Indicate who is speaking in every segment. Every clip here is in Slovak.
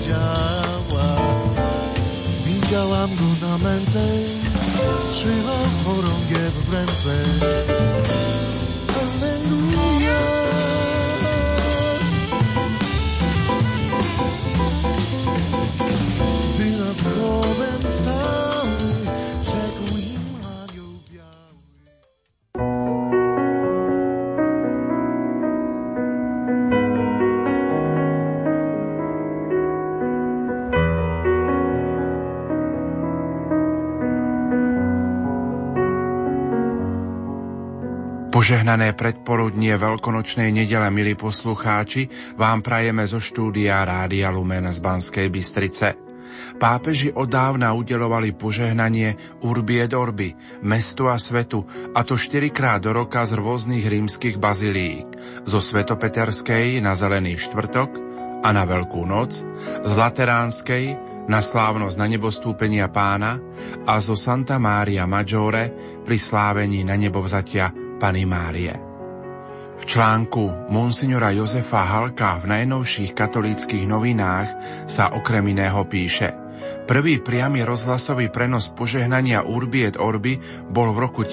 Speaker 1: 家你叫俺不那门子随后喉咙也不认识
Speaker 2: Požehnané predpoludnie veľkonočnej nedele, milí poslucháči, vám prajeme zo štúdia Rádia Lumen z Banskej Bystrice. Pápeži odávna udeľovali požehnanie Urbi et Orbi, mestu a svetu, a to 4-krát do roka z rôznych rímskych bazilík. Zo Svetopeterskej na Zelený štvrtok a na Veľkú noc, z Lateránskej na slávnosť na nebostúpenia Pána a zo Santa Maria Maggiore pri slávení na nebovzatia Panny Márie. V článku monsignora Jozefa Halka v najnovších katolíckych novinách sa okrem iného píše: prvý priamy rozhlasový prenos požehnania Urbi et Orbi bol v roku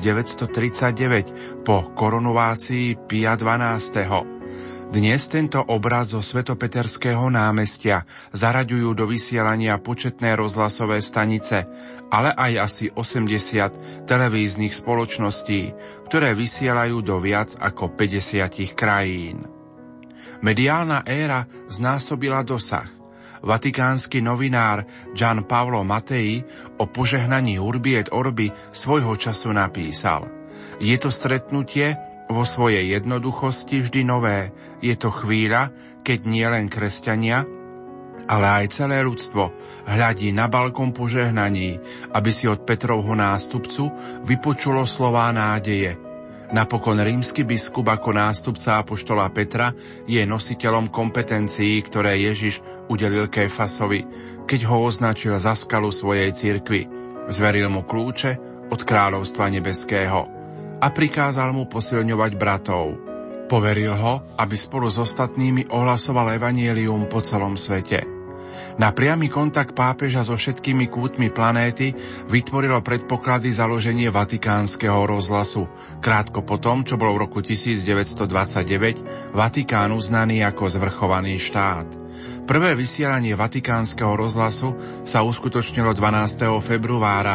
Speaker 2: 1939 po korunovácii Pia XII. Dnes tento obraz zo Svetopeterského námestia zaraďujú do vysielania početné rozhlasové stanice, ale aj asi 80 televíznych spoločností, ktoré vysielajú do viac ako 50 krajín. Mediálna éra znásobila dosah. Vatikánsky novinár Gian Paolo Mattei o požehnaní Urbi et Orbi svojho času napísal: je to stretnutie vo svojej jednoduchosti vždy nové. Je to chvíľa, keď nie len kresťania, ale aj celé ľudstvo hľadí na balkón požehnaní, aby si od Petrovho nástupcu vypočulo slová nádeje. Napokon rímsky biskup ako nástupca apoštola Petra je nositeľom kompetencií, ktoré Ježiš udelil Kéfasovi, keď ho označil za skalu svojej cirkvi. Zveril mu kľúče od kráľovstva nebeského a prikázal mu posilňovať bratov. Poveril ho, aby spolu s ostatnými ohlasoval evanjelium po celom svete. Na priamy kontakt pápeža so všetkými kútmi planéty vytvorilo predpoklady založenie Vatikánskeho rozhlasu, krátko po tom, čo bol v roku 1929 Vatikán uznaný ako zvrchovaný štát. Prvé vysielanie Vatikánskeho rozhlasu sa uskutočnilo 12. februára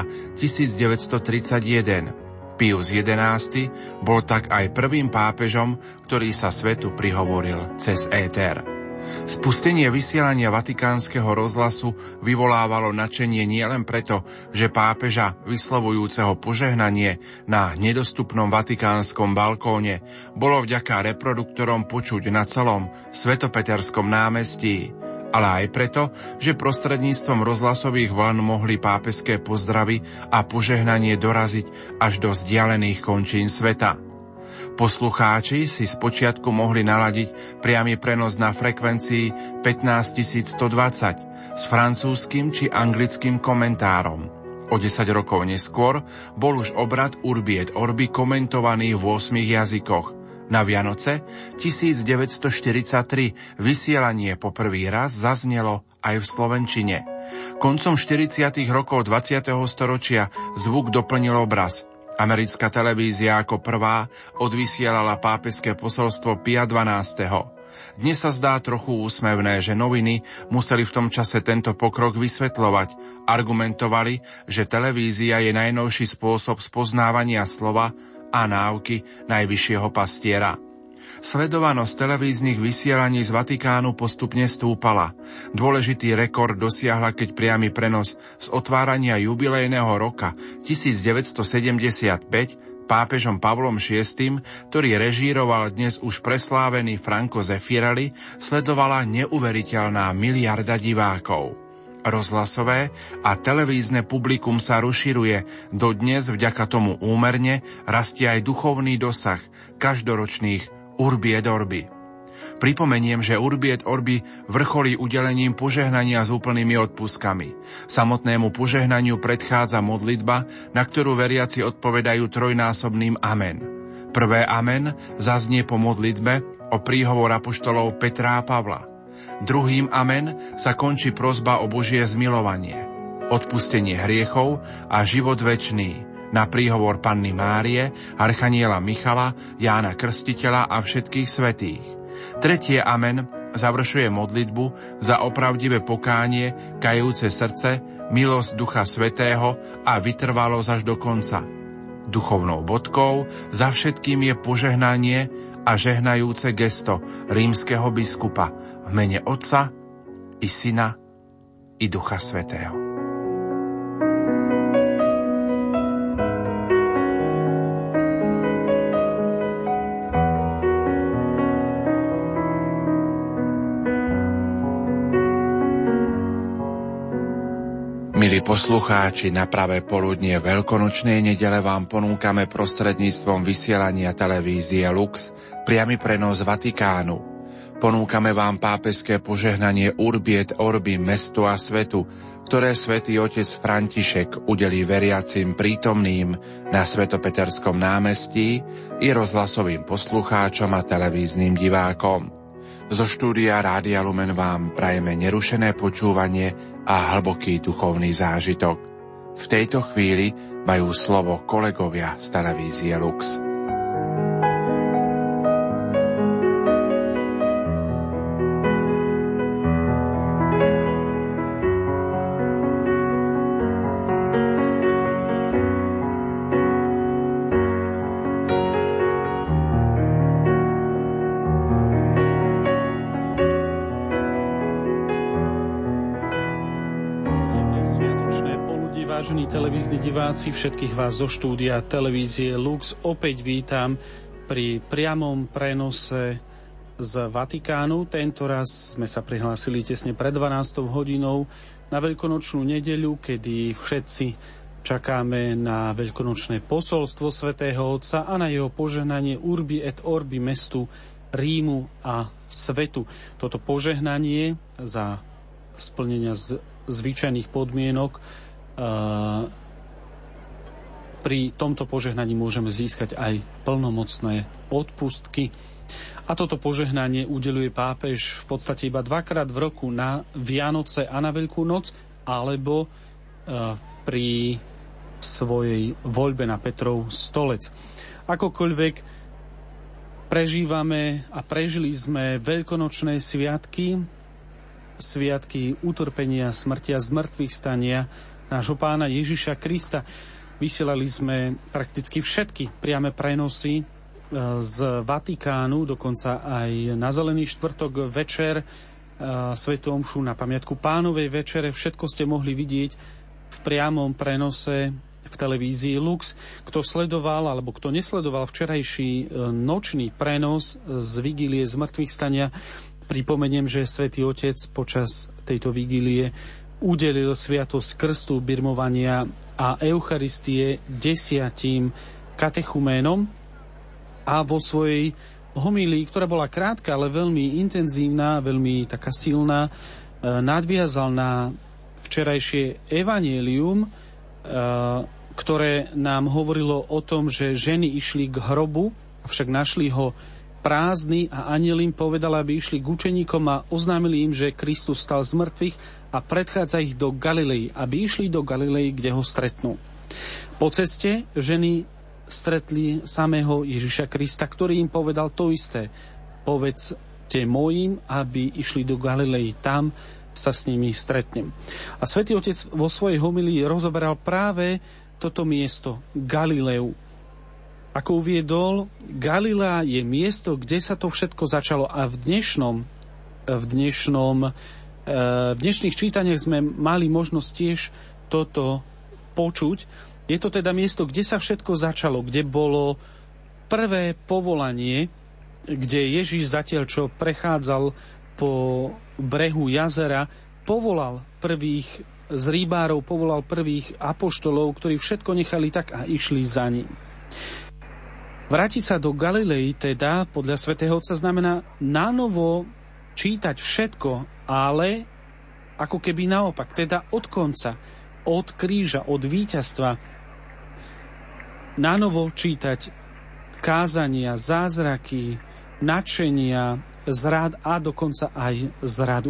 Speaker 2: 1931. Pius XI bol tak aj prvým pápežom, ktorý sa svetu prihovoril cez éter. Spustenie vysielania Vatikánskeho rozhlasu vyvolávalo nadšenie nielen preto, že pápeža vyslovujúceho požehnanie na nedostupnom vatikánskom balkóne bolo vďaka reproduktorom počuť na celom Svetopeterskom námestí, ale aj preto, že prostredníctvom rozhlasových vln mohli pápežské pozdravy a požehnanie doraziť až do vzdialených končín sveta. Poslucháči si spočiatku mohli naladiť priamy prenos na frekvencii 15120 s francúzskym či anglickým komentárom. O 10 rokov neskôr bol už obrad Urbi et Orbi komentovaný v 8 jazykoch. Na Vianoce 1943 vysielanie po prvý raz zaznelo aj v slovenčine. Koncom 40. rokov 20. storočia zvuk doplnil obraz. Americká televízia ako prvá odvysielala pápežské posolstvo Pia XII. Dnes sa zdá trochu úsmevné, že noviny museli v tom čase tento pokrok vysvetľovať. Argumentovali, že televízia je najnovší spôsob spoznávania slova a náuky najvyššieho pastiera. Sledovanosť televíznych vysielaní z Vatikánu postupne stúpala. Dôležitý rekord dosiahla, keď priamy prenos z otvárania jubilejného roka 1975 pápežom Pavlom VI, ktorý režíroval dnes už preslávený Franco Zeffirelli, sledovala neuveriteľná miliarda divákov. Rozhlasové a televízne publikum sa rozširuje, dodnes vďaka tomu úmerne rastie aj duchovný dosah každoročných Urbi et Orbi. Pripomeniem, že Urbi et Orbi vrcholí udelením požehnania s úplnými odpuskami. Samotnému požehnaniu predchádza modlitba, na ktorú veriaci odpovedajú trojnásobným amen. Prvé amen zaznie po modlitbe o príhovor apoštolov Petra a Pavla. Druhým amen sa končí prosba o Božie zmilovanie, odpustenie hriechov a život večný na príhovor Panny Márie, archaniela Michala, Jána Krstiteľa a všetkých svätých. Tretie amen završuje modlitbu za opravdivé pokánie, kajúce srdce, milosť Ducha Svätého a vytrvalosť až do konca. Duchovnou bodkou za všetkým je požehnanie a žehnajúce gesto rímskeho biskupa v mene Otca i Syna i Ducha Svätého. Milí poslucháči, na pravé poludnie veľkonočnej nedele vám ponúkame prostredníctvom vysielania televízie Lux priamy prenos Vatikánu. Ponúkame vám pápežské požehnanie Urbi et Orbi mestu a svetu, ktoré svätý otec František udelí veriacim prítomným na Svetopeterskom námestí i rozhlasovým poslucháčom a televíznym divákom. Zo štúdia Rádia Lumen vám prajeme nerušené počúvanie a hlboký duchovný zážitok. V tejto chvíli majú slovo kolegovia z televízie Lux.
Speaker 3: Vážení televízni diváci, všetkých vás zo štúdia televízie Lux opäť vítam pri priamom prenose z Vatikánu. Tento raz sme sa prihlásili tesne pred 12 hodinou na veľkonočnú nedeľu, kedy všetci čakáme na veľkonočné posolstvo svätého Otca a na jeho požehnanie Urbi et Orbi mestu, Rímu a svetu. Toto požehnanie za splnenia zvyčajných podmienok pri tomto požehnaní môžeme získať aj plnomocné odpustky. A toto požehnanie udeľuje pápež v podstate iba dvakrát v roku, na Vianoce a na Veľkú noc, alebo pri svojej voľbe na Petrov stolec. Akokoľvek prežívame a prežili sme veľkonočné sviatky utrpenia, smrti a zmrtvých stania nášho Pána Ježiša Krista. Vysielali sme prakticky všetky priame prenosy z Vatikánu, dokonca aj na Zelený štvrtok večer, svätú omšu na pamiatku Pánovej večere. Všetko ste mohli vidieť v priamom prenose v televízii Lux. Kto sledoval alebo kto nesledoval včerajší nočný prenos z vigílie zmrtvých stania, pripomeniem, že svätý Otec počas tejto vigílie udelil sviatosť krstu, birmovania a Eucharistie 10 katechuménom a vo svojej homílii, ktorá bola krátka, ale veľmi intenzívna, veľmi taká silná, nadviazal na včerajšie evanjelium, ktoré nám hovorilo o tom, že ženy išli k hrobu, avšak našli ho prázdny a anjel im povedal, aby išli k učeníkom a oznámili im, že Kristus stal z mŕtvych a predchádza ich do Galilei, aby išli do Galilei, kde ho stretnú. Po ceste ženy stretli samého Ježiša Krista, ktorý im povedal to isté. Povedzte mojim, aby išli do Galilei, tam sa s nimi stretnem. A svätý Otec vo svojej homílii rozoberal práve toto miesto, Galileu. Ako uviedol, Galilea je miesto, kde sa to všetko začalo, a v dnešných čítaniach sme mali možnosť tiež toto počuť. Je to teda miesto, kde sa všetko začalo, kde bolo prvé povolanie, kde Ježiš zatiaľ, čo prechádzal po brehu jazera, povolal prvých z rybárov, povolal prvých apoštolov, ktorí všetko nechali tak a išli za ním. Vrátiť sa do Galilei teda podľa svätého Otca znamená nanovo čítať všetko, ale ako keby naopak, teda od konca, od kríža, od víťazstva, nanovo čítať kázania, zázraky, nadšenia, zrád a dokonca aj zradu.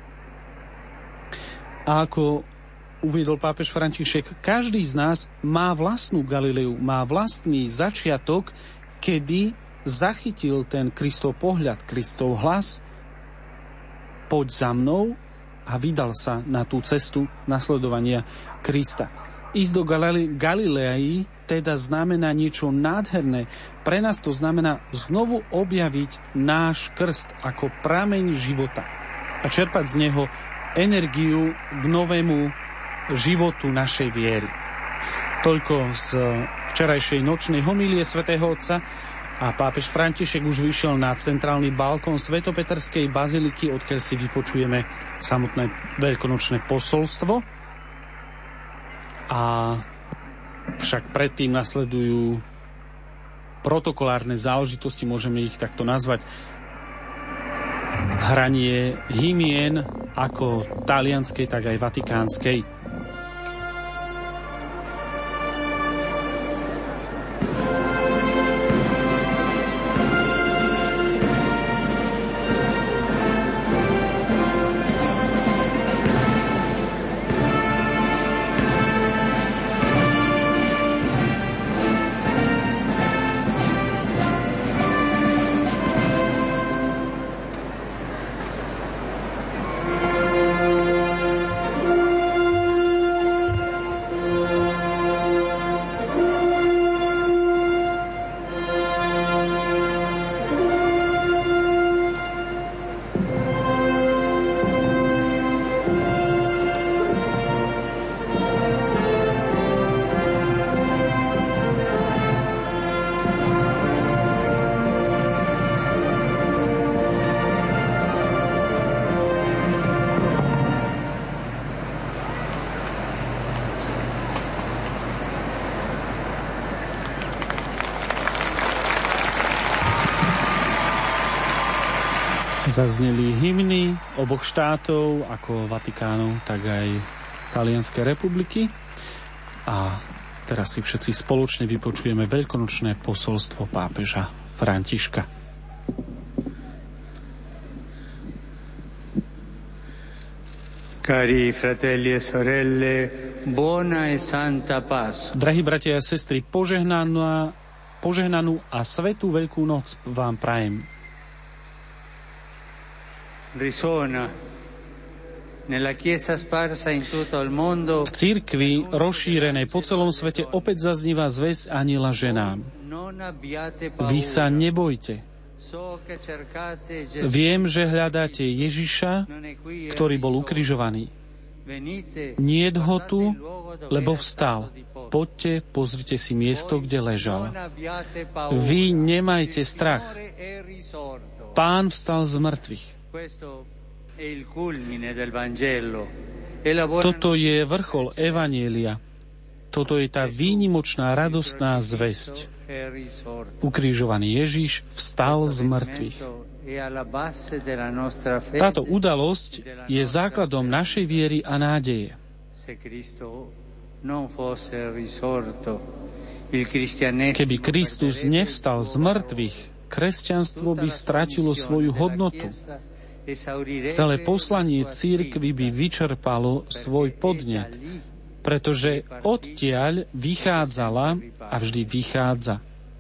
Speaker 3: A ako uviedol pápež František, každý z nás má vlastnú Galileu, má vlastný začiatok, kedy zachytil ten Kristov pohľad, Kristov hlas, poď za mnou, a vydal sa na tú cestu nasledovania Krista. Ísť do Galilei teda znamená niečo nádherné. Pre nás to znamená znovu objaviť náš krst ako prameň života a čerpať z neho energiu k novému životu našej viery. Toľko z včerajšej nočnej homílie svätého Otca. A pápež František už vyšiel na centrálny balkón Svetopeterskej baziliky, odkiaľ si vypočujeme samotné veľkonočné posolstvo. A však predtým nasledujú protokolárne záležitosti, môžeme ich takto nazvať. Hranie hymien ako talianskej, tak aj vatikánskej. Zazneli hymny oboch štátov, ako Vatikánu, tak aj Talianskej republiky. A teraz si všetci spoločne vypočujeme veľkonočné posolstvo pápeža Františka.
Speaker 4: Cari fratelli e sorelle, buona e santa Pasqua.
Speaker 3: Drahí bratia a sestry, požehnanú a svätú Veľkú noc vám prajem.
Speaker 4: Risuona nella Chiesa sparsa in tutto il mondo.
Speaker 3: V cirkvi rozšírenej po celom svete opäť zaznieva zvesť anjela ženám. Vy sa nebojte. Viem, že hľadáte Ježiša, ktorý bol ukrižovaný. Niet ho tu, lebo vstal. Poďte, pozrite si miesto, kde ležal. Vy nemajte strach. Pán vstal z mŕtvych. Toto je vrchol Evanjelia. Toto je tá výnimočná radostná zvesť. Ukrižovaný Ježiš vstal z mŕtvych. Táto udalosť je základom našej viery a nádeje. Keby Kristus nevstal z mŕtvych, kresťanstvo by stratilo svoju hodnotu. Celé poslanie cirkvi by vyčerpalo svoj podnet, pretože odtiaľ vychádzala a vždy vychádza.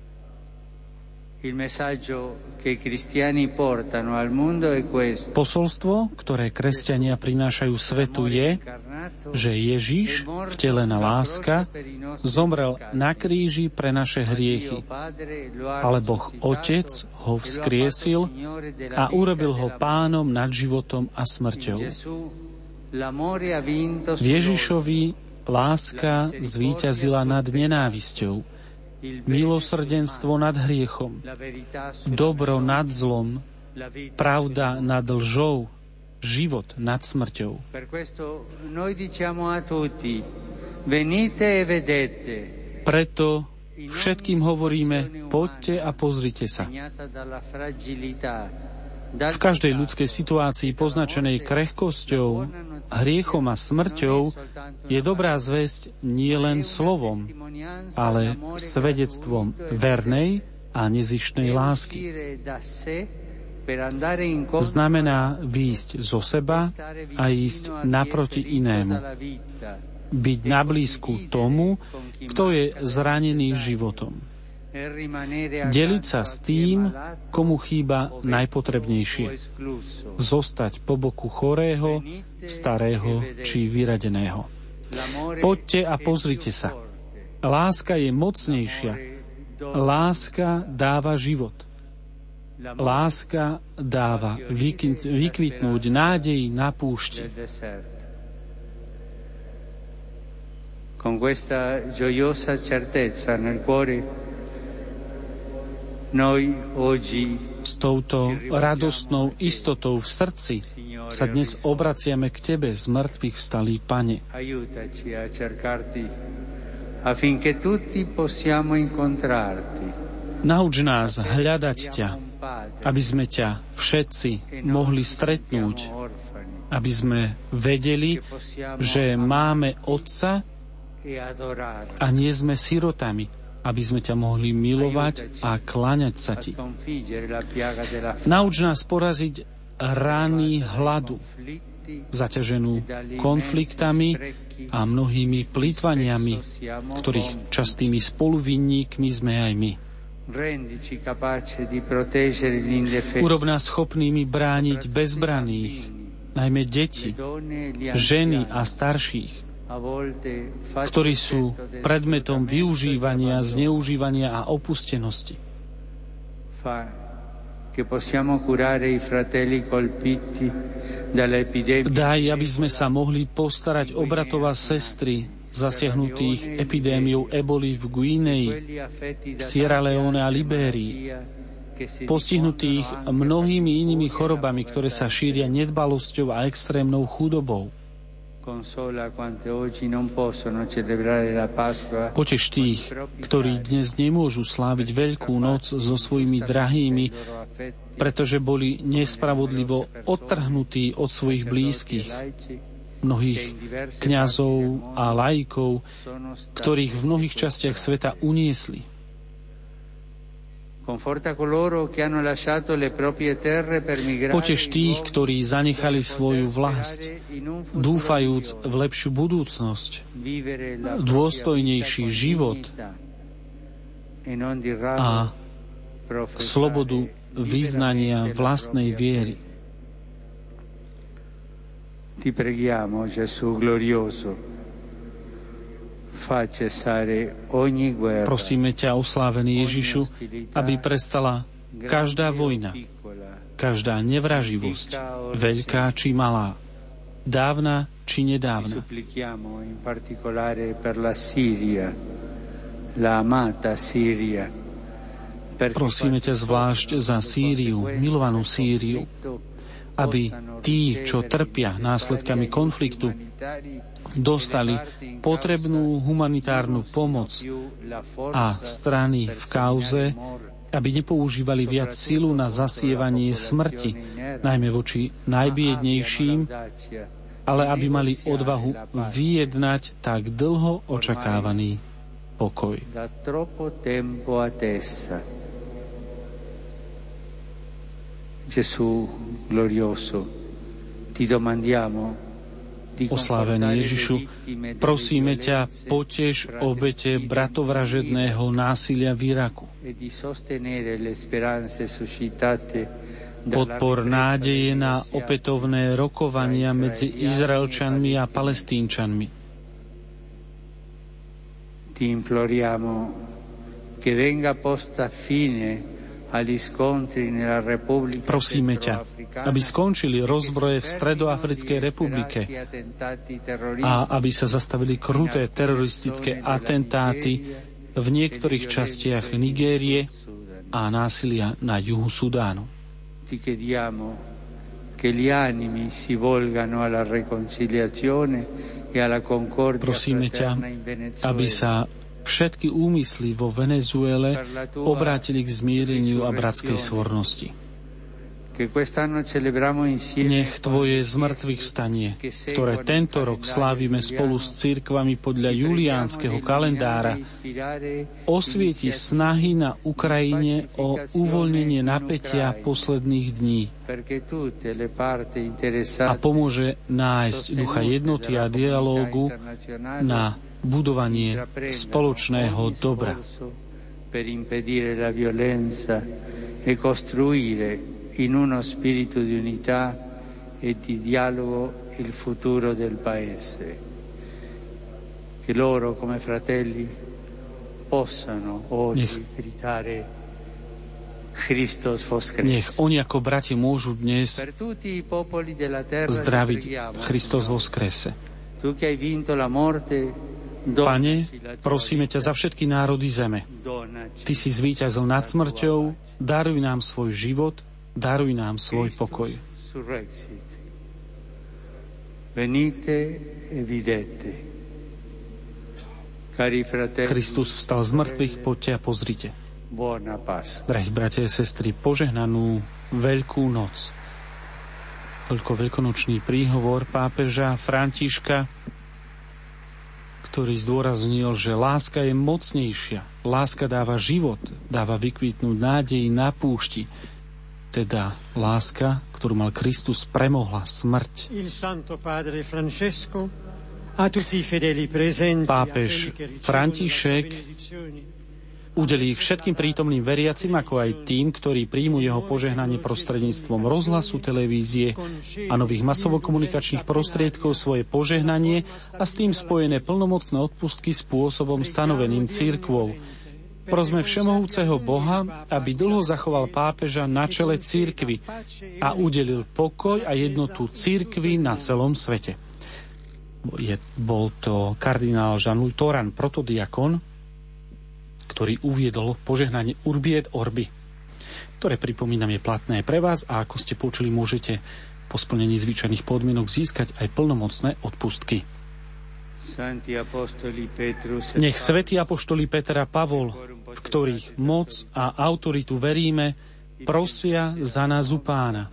Speaker 3: Posolstvo, ktoré kresťania prinášajú svetu, je, že Ježiš, vtelená láska, zomrel na kríži pre naše hriechy, ale Boh Otec ho vzkriesil a urobil ho pánom nad životom a smrťou. V Ježišovi láska zvíťazila nad nenávisťou, milosrdenstvo nad hriechom, dobro nad zlom, pravda nad lžou, život nad smrťou. Preto všetkým hovoríme, poďte a pozrite sa. V každej ľudskej situácii poznačenej krehkosťou, hriechom a smrťou je dobrá zvesť nie len slovom, ale svedectvom vernej a nezištnej lásky. znamená výjsť zo seba a ísť naproti inému. Byť nablízku tomu, kto je zranený životom. Deliť sa s tým, komu chýba najpotrebnejšie. Zostať po boku chorého, starého či vyradeného. Poďte a pozrite sa. Láska je mocnejšia. Láska dáva život. Láska dáva vykvitnúť nádej na púšti.
Speaker 4: Con questa gioiosa certezza nel cuore noi oggi
Speaker 3: s touto radostnou istotou v srdci sa dnes obraciame k Tebe, z mŕtvych vstalý Pane.
Speaker 4: Aiutaci a cercarti affinché tutti possiamo incontrarti.
Speaker 3: Nauč nás hľadať ťa, aby sme ťa všetci mohli stretnúť, aby sme vedeli, že máme Otca a nie sme sirotami, aby sme ťa mohli milovať a kláňať sa Ti. Nauč nás poraziť rány hladu, zaťaženú konfliktami a mnohými plýtvaniami, ktorých častými spoluvinníkmi sme aj my. Urob nás schopnými brániť bezbranných, najmä deti, ženy a starších, ktorí sú predmetom využívania, zneužívania a opustenosti. Daj, aby sme sa mohli postarať o bratov a sestry zasiahnutých epidémiou eboli v Guinei, Sierra Leone a Libérii, postihnutých mnohými inými chorobami, ktoré sa šíria nedbalosťou a extrémnou chudobou. Poteš tých, ktorí dnes nemôžu sláviť Veľkú noc so svojimi drahými, pretože boli nespravodlivo odtrhnutí od svojich blízkych, mnohých kňazov a laikov, ktorých v mnohých častiach sveta uniesli. Poteš tých, ktorí zanechali svoju vlast, dúfajúc v lepšiu budúcnosť, dôstojnejší život a slobodu vyznania vlastnej viery.
Speaker 4: Ti preghiamo, Gesù glorioso.
Speaker 3: Prosíme ťa, oslávený Ježišu, aby prestala každá vojna, každá nevraživosť, veľká či malá, dávna či nedávna. Prosíme ťa zvlášť za Sýriu, milovanú Sýriu, aby tí, čo trpia následkami konfliktu, dostali potrebnú humanitárnu pomoc a strany v kauze, aby nepoužívali viac silu na zasievanie smrti, najmä voči najbiednejším, ale aby mali odvahu vyjednať tak dlho očakávaný pokoj.
Speaker 4: Gesù glorioso, ti domandiamo.
Speaker 3: Oslávený Ježišu, prosíme ťa, potež obete bratovražedného násilia v Iraku. Podpor nádeje na opätovné rokovania medzi Izraelčanmi a Palestínčanmi.
Speaker 4: Ti imploriamo che venga posta fine.
Speaker 3: Prosíme ťa, aby skončili rozbroje v Stredoafrickej republike a aby sa zastavili kruté teroristické atentáty v niektorých častiach Nigérie a násilia na juhu Sudánu. Prosíme ťa, aby sa všetky úmysly vo Venezuele obrátili k zmiereniu a bratskej svornosti. Nech Tvoje zmrtvých vstanie, ktoré tento rok slávime spolu s cirkvami podľa juliánskeho kalendára, osvieti snahy na Ukrajine o uvoľnenie napätia posledných dní a pomôže nájsť ducha jednoty a dialógu na budovanie spoločného dobra.
Speaker 4: Per impedire la violenza e costruire in uno spirito di unità e di dialogo il futuro del Paese. Che loro come fratelli possano oggi gridare Christos voskres.
Speaker 3: Nech oni ako bratia môžu dnes zdraviť Christos voskrese. Pane, prosíme ťa za všetky národy zeme. Ty si zvíťazil nad smrťou, daruj nám svoj život, daruj nám svoj pokoj. Kristus vstal z mŕtvych, poďte a pozrite. Drahí bratia a sestry, požehnanú Veľkú noc. Veľkonočný príhovor pápeža Františka, ktorý zdôraznil, že láska je mocnejšia. Láska dáva život, dáva vykvitnúť nádej na púšti. Teda láska, ktorú mal Kristus, premohla smrť. Pápež František udelí všetkým prítomným veriacim, ako aj tým, ktorí príjmu jeho požehnanie prostredníctvom rozhlasu, televízie a nových masovo-komunikačných prostriedkov svoje požehnanie a s tým spojené plnomocné odpustky spôsobom stanoveným cirkvou. Prosme všemohúceho Boha, aby dlho zachoval pápeža na čele cirkvi a udelil pokoj a jednotu cirkvi na celom svete. Bol to kardinál Jean-Louis Tauran, protodiakon, ktorý uviedol požehnanie Urbi et Orbi, ktoré, pripomínam, je platné aj pre vás a ako ste počuli, môžete po splnení zvyčajných podmienok získať aj plnomocné odpustky. Nech svätí apoštoli Peter a Pavol, v ktorých moc a autoritu veríme, prosia za nás u Pána.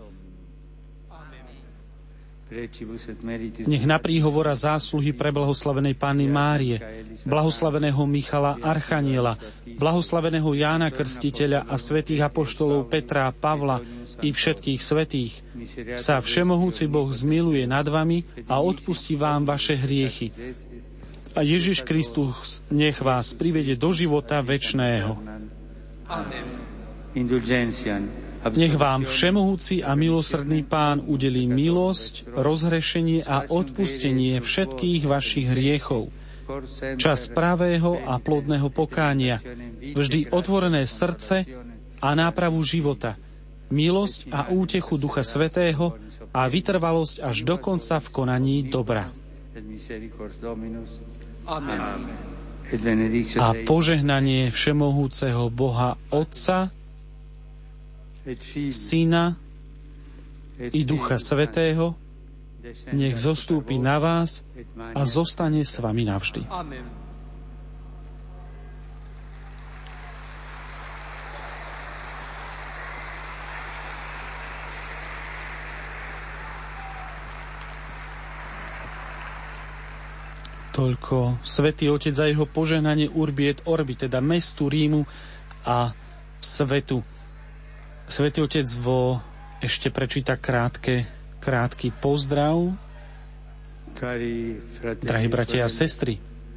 Speaker 3: Nech na príhovor a zásluhy pre blahoslavenej Panny Márie, blahoslaveného Michala Archaniela, blahoslaveného Jána Krstiteľa a svätých apoštolov Petra a Pavla i všetkých svätých sa všemohúci Boh zmiluje nad vami a odpustí vám vaše hriechy. A Ježiš Kristus nech vás privedie do života večného. Nech vám všemohúci a milosrdný Pán udelí milosť, rozhrešenie a odpustenie všetkých vašich hriechov, čas pravého a plodného pokánia, vždy otvorené srdce a nápravu života, milosť a útechu Ducha Svätého a vytrvalosť až do konca v konaní dobra. A požehnanie všemohúceho Boha Otca, Syna i Ducha Svätého nech zostúpi na vás a zostane s vami navždy. Amen. Toľko Svätý Otec za jeho požehnanie Urbi et Orbi, teda mestu Rímu a svetu. Svätý Otec ešte prečíta krátky pozdrav. Drahí bratia a sestry,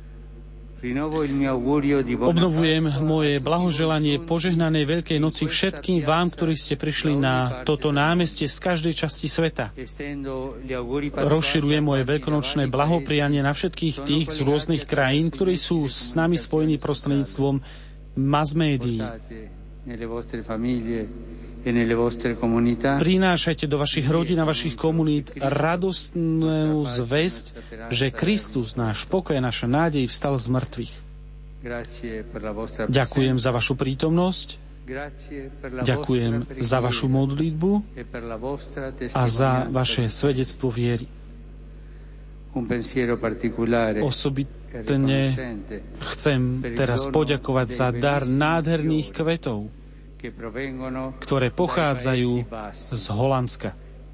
Speaker 3: obnovujem moje blahoželanie požehnanej Veľkej noci všetkým vám, ktorí ste prišli na toto námestie z každej časti sveta. Rozširujem moje veľkonočné blahoprianie na všetkých tých z rôznych krajín, ktorí sú s nami spojení prostredníctvom mass médií. Prinášajte do vašich rodín a vašich komunít radostnú zvesť, že Kristus, náš pokoj a naša nádej, vstal z mŕtvych. Ďakujem za vašu prítomnosť, ďakujem za vašu modlitbu a za vaše svedectvo viery. Osobitne chcem teraz poďakovať za dar nádherných kvetov, ktoré pochádzajú z Holandska.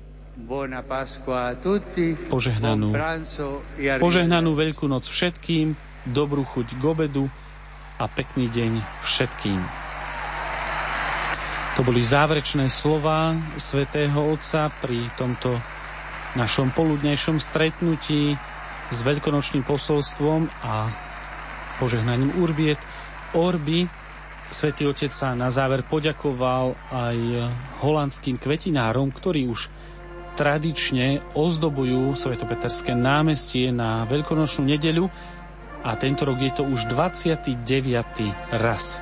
Speaker 3: Požehnanú Veľkú noc všetkým, dobrú chuť k obedu a pekný deň všetkým. To boli záverečné slová svätého Otca pri tomto našom poludnejšom stretnutí s veľkonočným posolstvom a požehnaním Urbi et Orbi. Svätý Otec sa na záver poďakoval aj holandským kvetinárom, ktorí už tradične ozdobujú Svetopeterské námestie na veľkonočnú nedeľu a tento rok je to už 29. raz.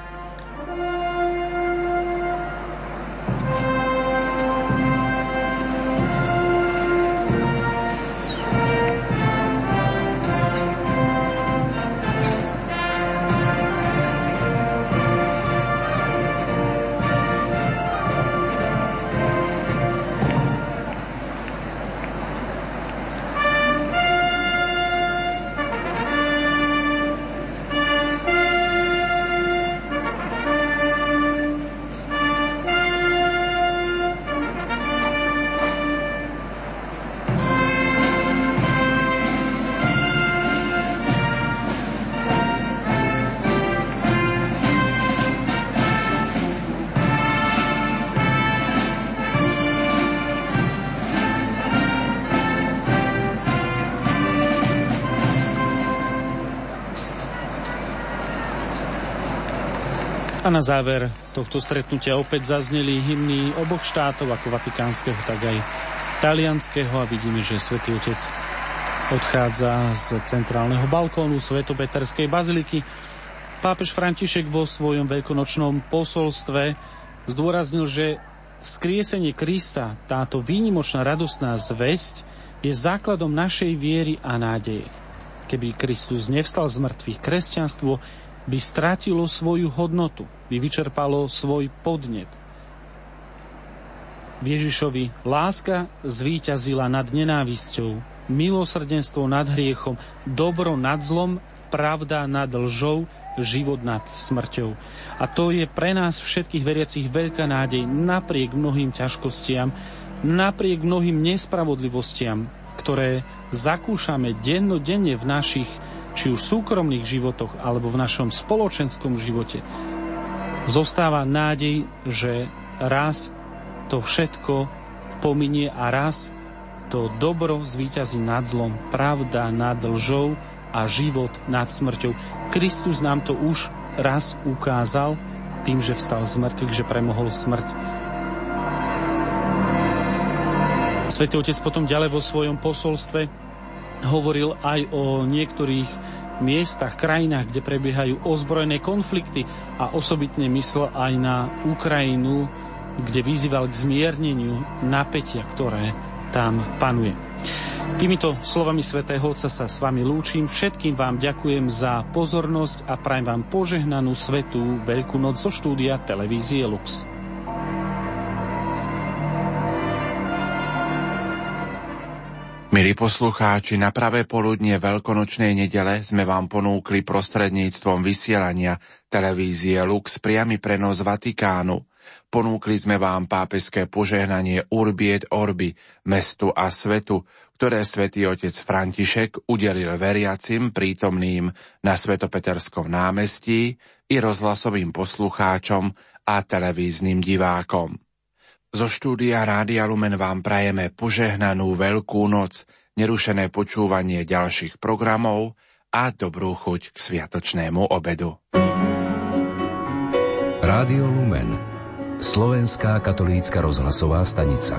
Speaker 3: A na záver tohto stretnutia opäť zazneli hymny oboch štátov, ako vatikánskeho, tak aj talianskeho, a vidíme, že Svätý Otec odchádza z centrálneho balkónu Svetopeterskej baziliky. Pápež František vo svojom veľkonočnom posolstve zdôraznil, že vzkriesenie Krista, táto výnimočná radostná zvesť, je základom našej viery a nádeje. Keby Kristus nevstal z mŕtvych, kresťanstvo by strátilo svoju hodnotu, by vyčerpalo svoj podnet. V Ježišovi láska zvíťazila nad nenávisťou, milosrdenstvo nad hriechom, dobro nad zlom, pravda nad lžou, život nad smrťou. A to je pre nás všetkých veriacich veľká nádej napriek mnohým ťažkostiam, napriek mnohým nespravodlivostiam, ktoré zakúšame dennodenne v našich či už súkromných životoch, alebo v našom spoločenskom živote. Zostáva nádej, že raz to všetko pominie a raz to dobro zvíťazí nad zlom, pravda nad lžou a život nad smrťou. Kristus nám to už raz ukázal tým, že vstal z mŕtvych, že premohol smrť. Svätý Otec potom ďalej vo svojom posolstve hovoril aj o niektorých miestach, krajinách, kde prebiehajú ozbrojené konflikty, a osobitne myslel aj na Ukrajinu, kde vyzýval k zmierneniu napätia, ktoré tam panuje. Týmito slovami svätého Otca sa s vami lúčim. Všetkým vám ďakujem za pozornosť a prajem vám požehnanú svätú Veľkú noc zo štúdia televízie Lux.
Speaker 2: Milí poslucháči, na pravé poludnie veľkonočnej nedele sme vám ponúkli prostredníctvom vysielania televízie Lux priamy prenos Vatikánu. Ponúkli sme vám pápežské požehnanie Urbi et Orbi, mestu a svetu, ktoré Svätý Otec František udelil veriacim prítomným na Svetopeterskom námestí i rozhlasovým poslucháčom a televíznym divákom. Zo štúdia Rádia Lumen vám prajeme požehnanú Veľkú noc, nerušené počúvanie ďalších programov a dobrú chuť k sviatočnému obedu.
Speaker 5: Rádio Lumen, slovenská katolícka rozhlasová stanica.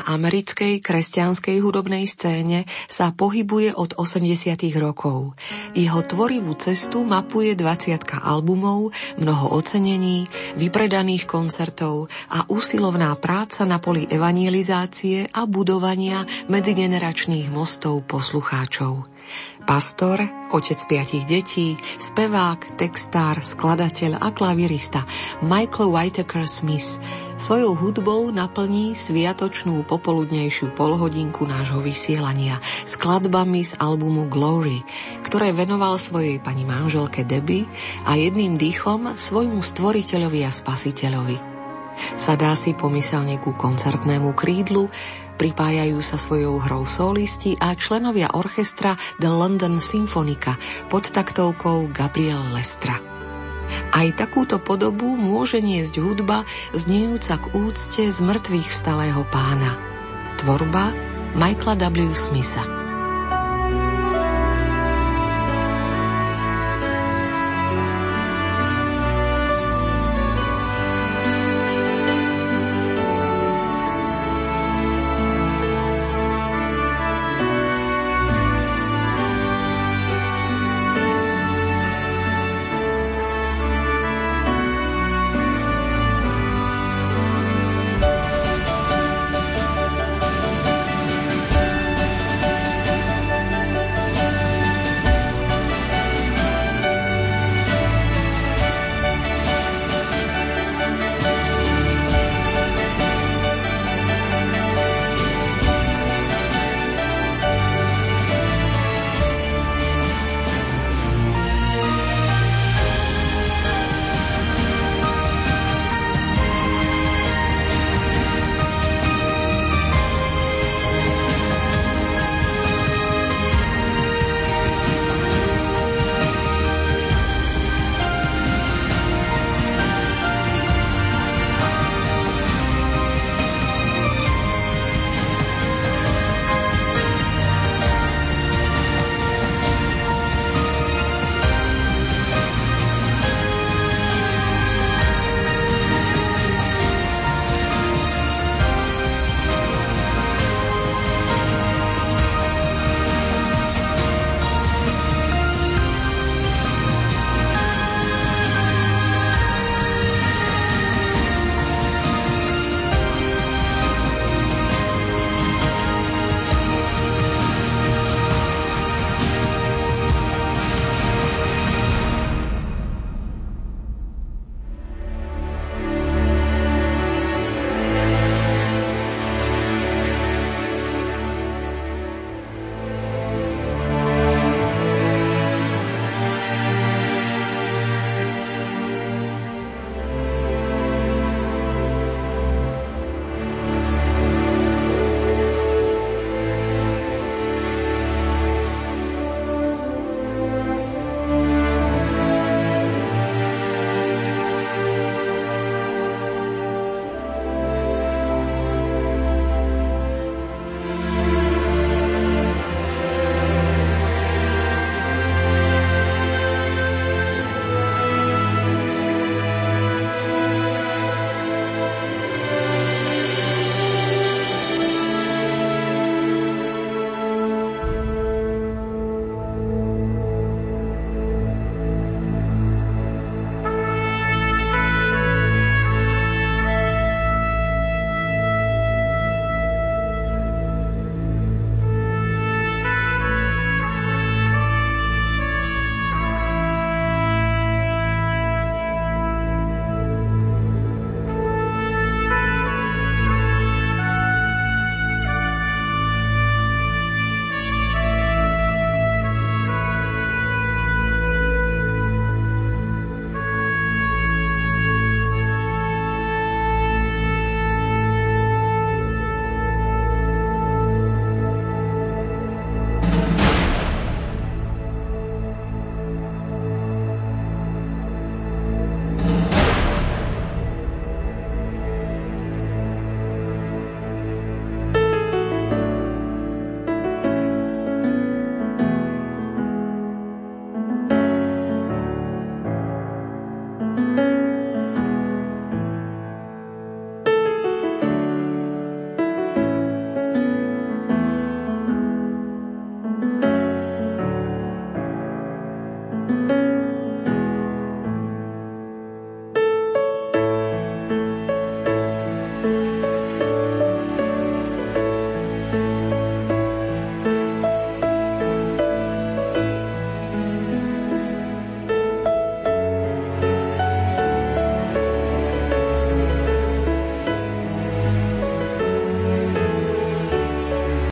Speaker 6: americkej kresťanskej hudobnej scéne sa pohybuje od 80. rokov. Jeho tvorivú cestu mapuje 20 albumov, mnoho ocenení, vypredaných koncertov a úsilovná práca na poli evangelizácie a budovania medzigeneračných mostov poslucháčov. Pastor, otec 5 detí, spevák, textár, skladateľ a klavirista Michael Whitaker Smith svojou hudbou naplní sviatočnú popoludnejšiu polhodinku nášho vysielania skladbami z albumu Glory, ktoré venoval svojej pani manželke Debbie a jedným dýchom svojmu stvoriteľovi a spasiteľovi. Sadá si pomyselne ku koncertnému krídlu, pripájajú sa svojou hrou solisti a členovia orchestra The London Symphonica pod taktovkou Gabriel Lestra. Aj takúto podobu môže niesť hudba znejúca k úcte z mŕtvych vstalého pána. Tvorba Michaela W. Smitha.